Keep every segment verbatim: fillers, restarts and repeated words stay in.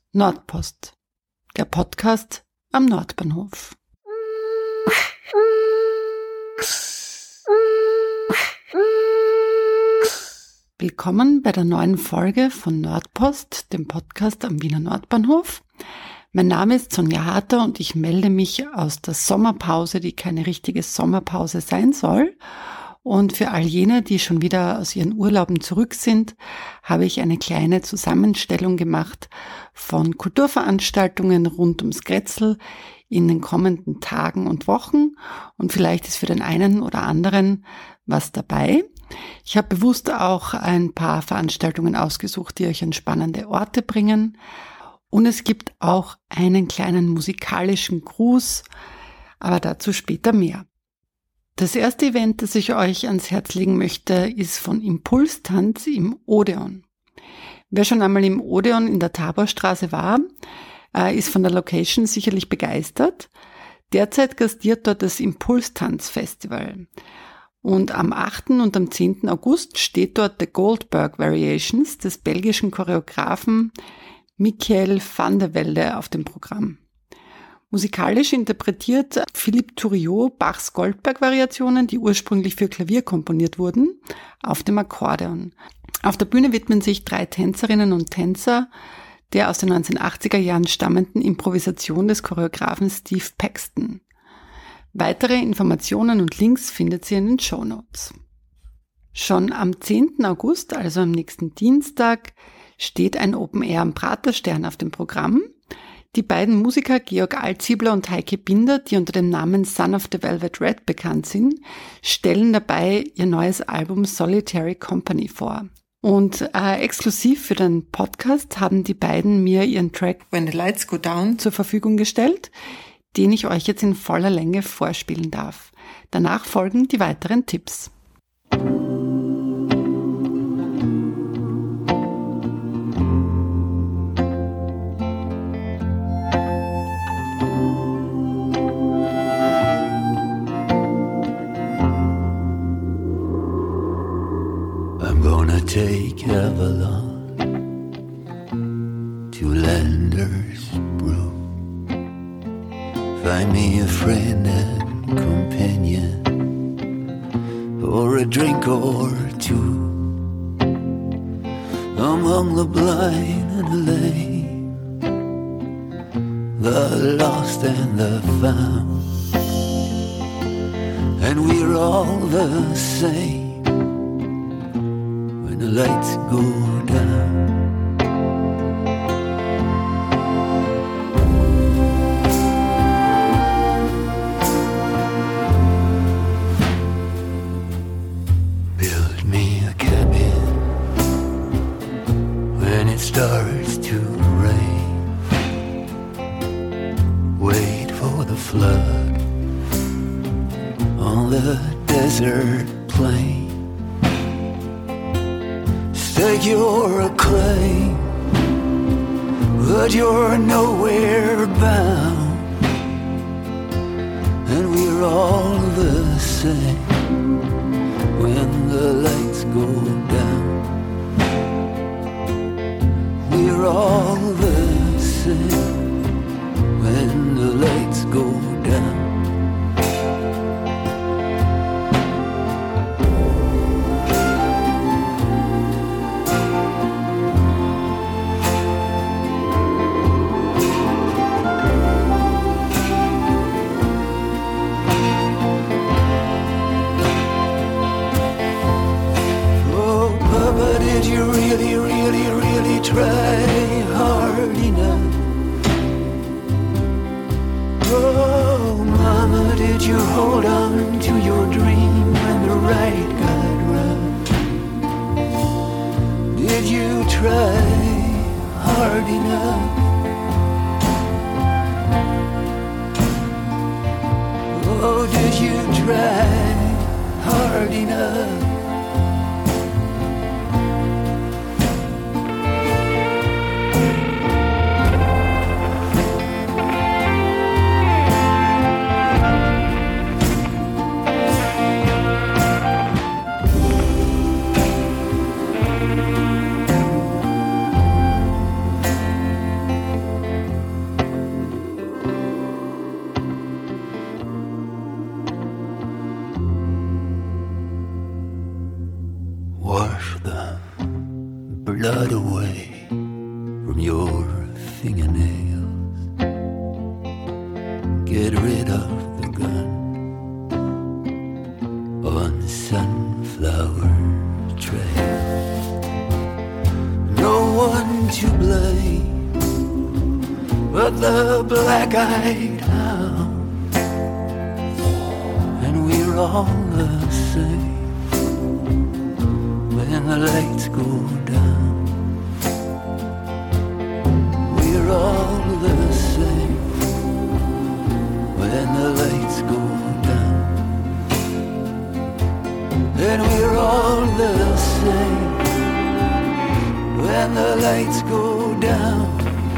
Nordpost, der Podcast am Nordbahnhof. Willkommen bei der neuen Folge von Nordpost, dem Podcast am Wiener Nordbahnhof. Mein Name ist Sonja Harter und ich melde mich aus der Sommerpause, die keine richtige Sommerpause sein soll. Und für all jene, die schon wieder aus ihren Urlauben zurück sind, habe ich eine kleine Zusammenstellung gemacht von Kulturveranstaltungen rund ums Grätzl in den kommenden Tagen und Wochen. Und vielleicht ist für den einen oder anderen was dabei. Ich habe bewusst auch ein paar Veranstaltungen ausgesucht, die euch an spannende Orte bringen. Und es gibt auch einen kleinen musikalischen Gruß, aber dazu später mehr. Das erste Event, das ich euch ans Herz legen möchte, ist von Impulstanz im Odeon. Wer schon einmal im Odeon in der Taborstraße war, ist von der Location sicherlich begeistert. Derzeit gastiert dort das Impulstanz-Festival. Und am achten und am zehnten August steht dort The Goldberg Variations des belgischen Choreografen Michael van der Velde auf dem Programm. Musikalisch interpretiert Philippe Touriot Bachs Goldberg-Variationen, die ursprünglich für Klavier komponiert wurden, auf dem Akkordeon. Auf der Bühne widmen sich drei Tänzerinnen und Tänzer der aus den neunzehnhundertachtziger Jahren stammenden Improvisation des Choreografen Steve Paxton. Weitere Informationen und Links findet ihr in den Shownotes. Schon am zehnten August, also am nächsten Dienstag, steht ein Open Air am Praterstern auf dem Programm. Die beiden Musiker Georg Altsiebler und Heike Binder, die unter dem Namen Son of the Velvet Red bekannt sind, stellen dabei ihr neues Album Solitary Company vor. Und äh, exklusiv für den Podcast haben die beiden mir ihren Track When the Lights Go Down zur Verfügung gestellt, den ich euch jetzt in voller Länge vorspielen darf. Danach folgen die weiteren Tipps. Take Avalon to Landers Brew. Find me a friend and companion, or a drink or two. Among the blind and the lame, the lost and the found, and we're all the same. The lights go down. Build me a cabin when it starts to rain. Wait for the flood on the desert plain. Stake your claim, but you're nowhere bound, and we're all the same when the lights go down. We're all the same when the lights go down. Try hard enough. Oh, mama, did you hold on to your dream when the ride got rough? Did you try hard enough? Oh, did you try hard enough? wash the blood away from your fingernails. Get rid of the gun on the sunflower trail. No one to blame but the black-eyed hound, and we're all the same when the lights go down. We're all the same when the lights go down. And we're all the same when the lights go down.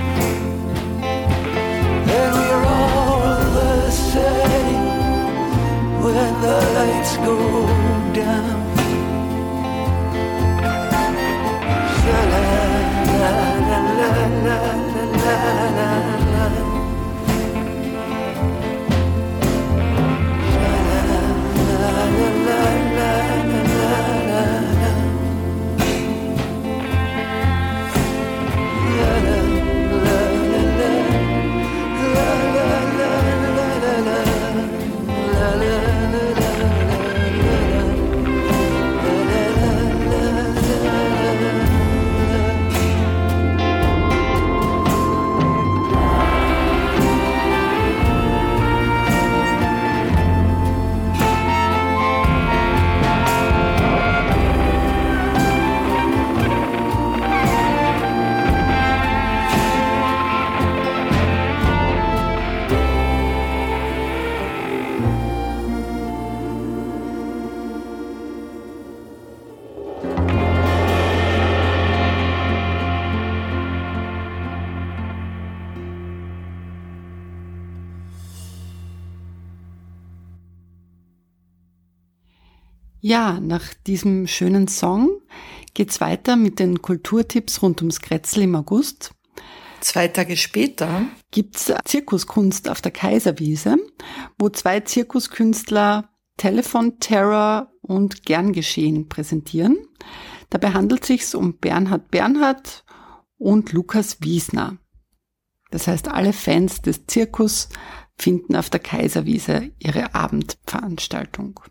And we're all the same when the lights go down. La la la la la la la la. Ja, nach diesem schönen Song geht's weiter mit den Kulturtipps rund ums Grätzl im August. Zwei Tage später gibt's Zirkuskunst auf der Kaiserwiese, wo zwei Zirkuskünstler Telephone Terror und Gern geschehen präsentieren. Dabei handelt es sich um Bernhard Bernhard und Lukas Wiesner. Das heißt, alle Fans des Zirkus finden auf der Kaiserwiese ihre Abendveranstaltung.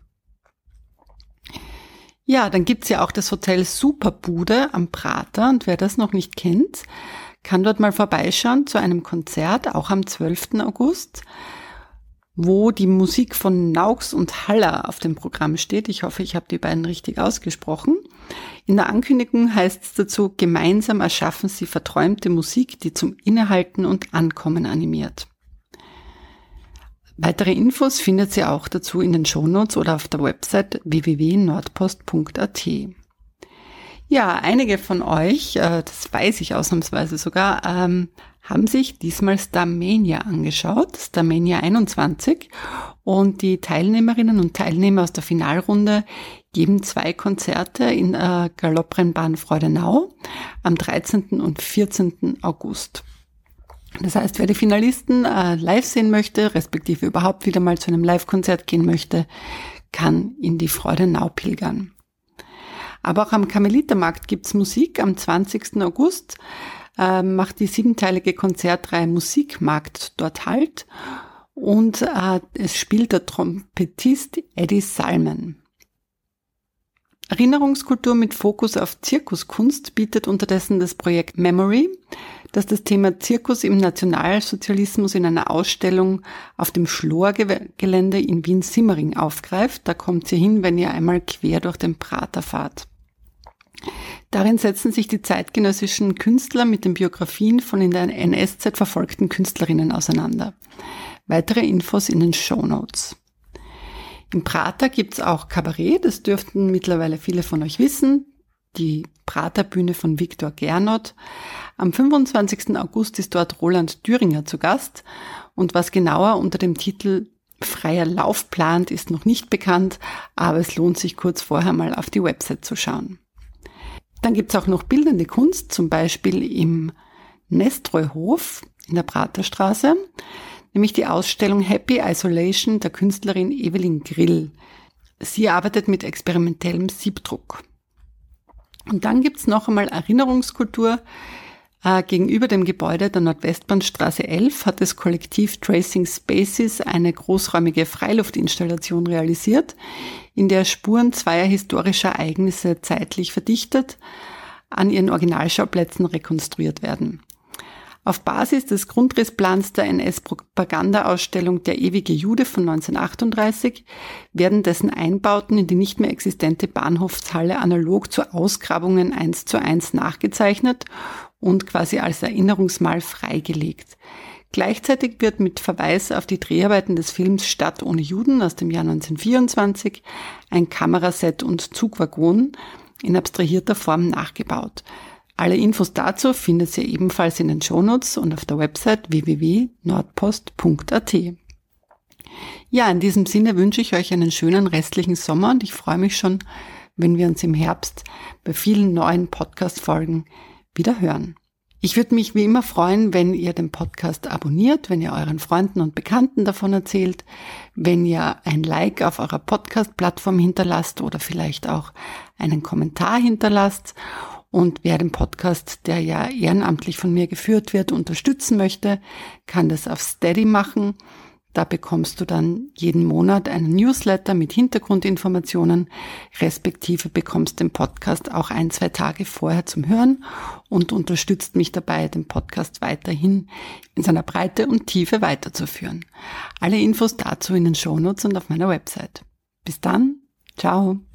Ja, dann gibt's ja auch das Hotel Superbude am Prater, und wer das noch nicht kennt, kann dort mal vorbeischauen zu einem Konzert, auch am zwölften August, wo die Musik von Naux und Haller auf dem Programm steht. Ich hoffe, ich habe die beiden richtig ausgesprochen. In der Ankündigung heißt es dazu: Gemeinsam erschaffen sie verträumte Musik, die zum Innehalten und Ankommen animiert. Weitere Infos findet ihr auch dazu in den Shownotes oder auf der Website w w w punkt nordpost punkt a t. Ja, einige von euch, das weiß ich ausnahmsweise sogar, haben sich diesmal Starmania angeschaut, Starmania einundzwanzig, und die Teilnehmerinnen und Teilnehmer aus der Finalrunde geben zwei Konzerte in der Galopprennbahn Freudenau am dreizehnten und vierzehnten August. Das heißt, wer die Finalisten äh, live sehen möchte, respektive überhaupt wieder mal zu einem Live-Konzert gehen möchte, kann in die Freudenau pilgern. Aber auch am Karmelitermarkt gibt's Musik. Am zwanzigsten August äh, macht die siebenteilige Konzertreihe Musikmarkt dort Halt, und äh, es spielt der Trompetist Eddie Salmen. Erinnerungskultur mit Fokus auf Zirkuskunst bietet unterdessen das Projekt Memory, das das Thema Zirkus im Nationalsozialismus in einer Ausstellung auf dem Schloer-Gelände in Wien-Simmering aufgreift. Da kommt ihr hin, wenn ihr einmal quer durch den Prater fahrt. Darin setzen sich die zeitgenössischen Künstler mit den Biografien von in der N S-Zeit verfolgten Künstlerinnen auseinander. Weitere Infos in den Shownotes. Im Prater gibt's auch Kabarett, das dürften mittlerweile viele von euch wissen. Die Praterbühne von Viktor Gernot. Am fünfundzwanzigsten August ist dort Roland Düringer zu Gast, und was genauer unter dem Titel Freier Lauf plant, ist noch nicht bekannt, aber es lohnt sich kurz vorher mal auf die Website zu schauen. Dann gibt's auch noch bildende Kunst, zum Beispiel im Nestreuhof in der Praterstraße, nämlich die Ausstellung Happy Isolation der Künstlerin Evelyn Grill. Sie arbeitet mit experimentellem Siebdruck. Und dann gibt's noch einmal Erinnerungskultur. Äh, gegenüber dem Gebäude der Nordwestbahnstraße elf hat das Kollektiv Tracing Spaces eine großräumige Freiluftinstallation realisiert, in der Spuren zweier historischer Ereignisse zeitlich verdichtet an ihren Originalschauplätzen rekonstruiert werden. Auf Basis des Grundrissplans der N S-Propaganda-Ausstellung Der ewige Jude von neunzehnhundertachtunddreißig werden dessen Einbauten in die nicht mehr existente Bahnhofshalle analog zu Ausgrabungen eins zu eins nachgezeichnet und quasi als Erinnerungsmal freigelegt. Gleichzeitig wird mit Verweis auf die Dreharbeiten des Films Stadt ohne Juden aus dem Jahr neunzehnhundertvierundzwanzig ein Kameraset und Zugwaggon in abstrahierter Form nachgebaut. Alle Infos dazu findet ihr ebenfalls in den Shownotes und auf der Website w w w punkt nordpost punkt a t. Ja, in diesem Sinne wünsche ich euch einen schönen restlichen Sommer und ich freue mich schon, wenn wir uns im Herbst bei vielen neuen Podcast-Folgen wieder hören. Ich würde mich wie immer freuen, wenn ihr den Podcast abonniert, wenn ihr euren Freunden und Bekannten davon erzählt, wenn ihr ein Like auf eurer Podcast-Plattform hinterlasst oder vielleicht auch einen Kommentar hinterlasst. Und wer den Podcast, der ja ehrenamtlich von mir geführt wird, unterstützen möchte, kann das auf Steady machen. Da bekommst du dann jeden Monat einen Newsletter mit Hintergrundinformationen, respektive bekommst den Podcast auch ein, zwei Tage vorher zum Hören und unterstützt mich dabei, den Podcast weiterhin in seiner Breite und Tiefe weiterzuführen. Alle Infos dazu in den Shownotes und auf meiner Website. Bis dann, ciao!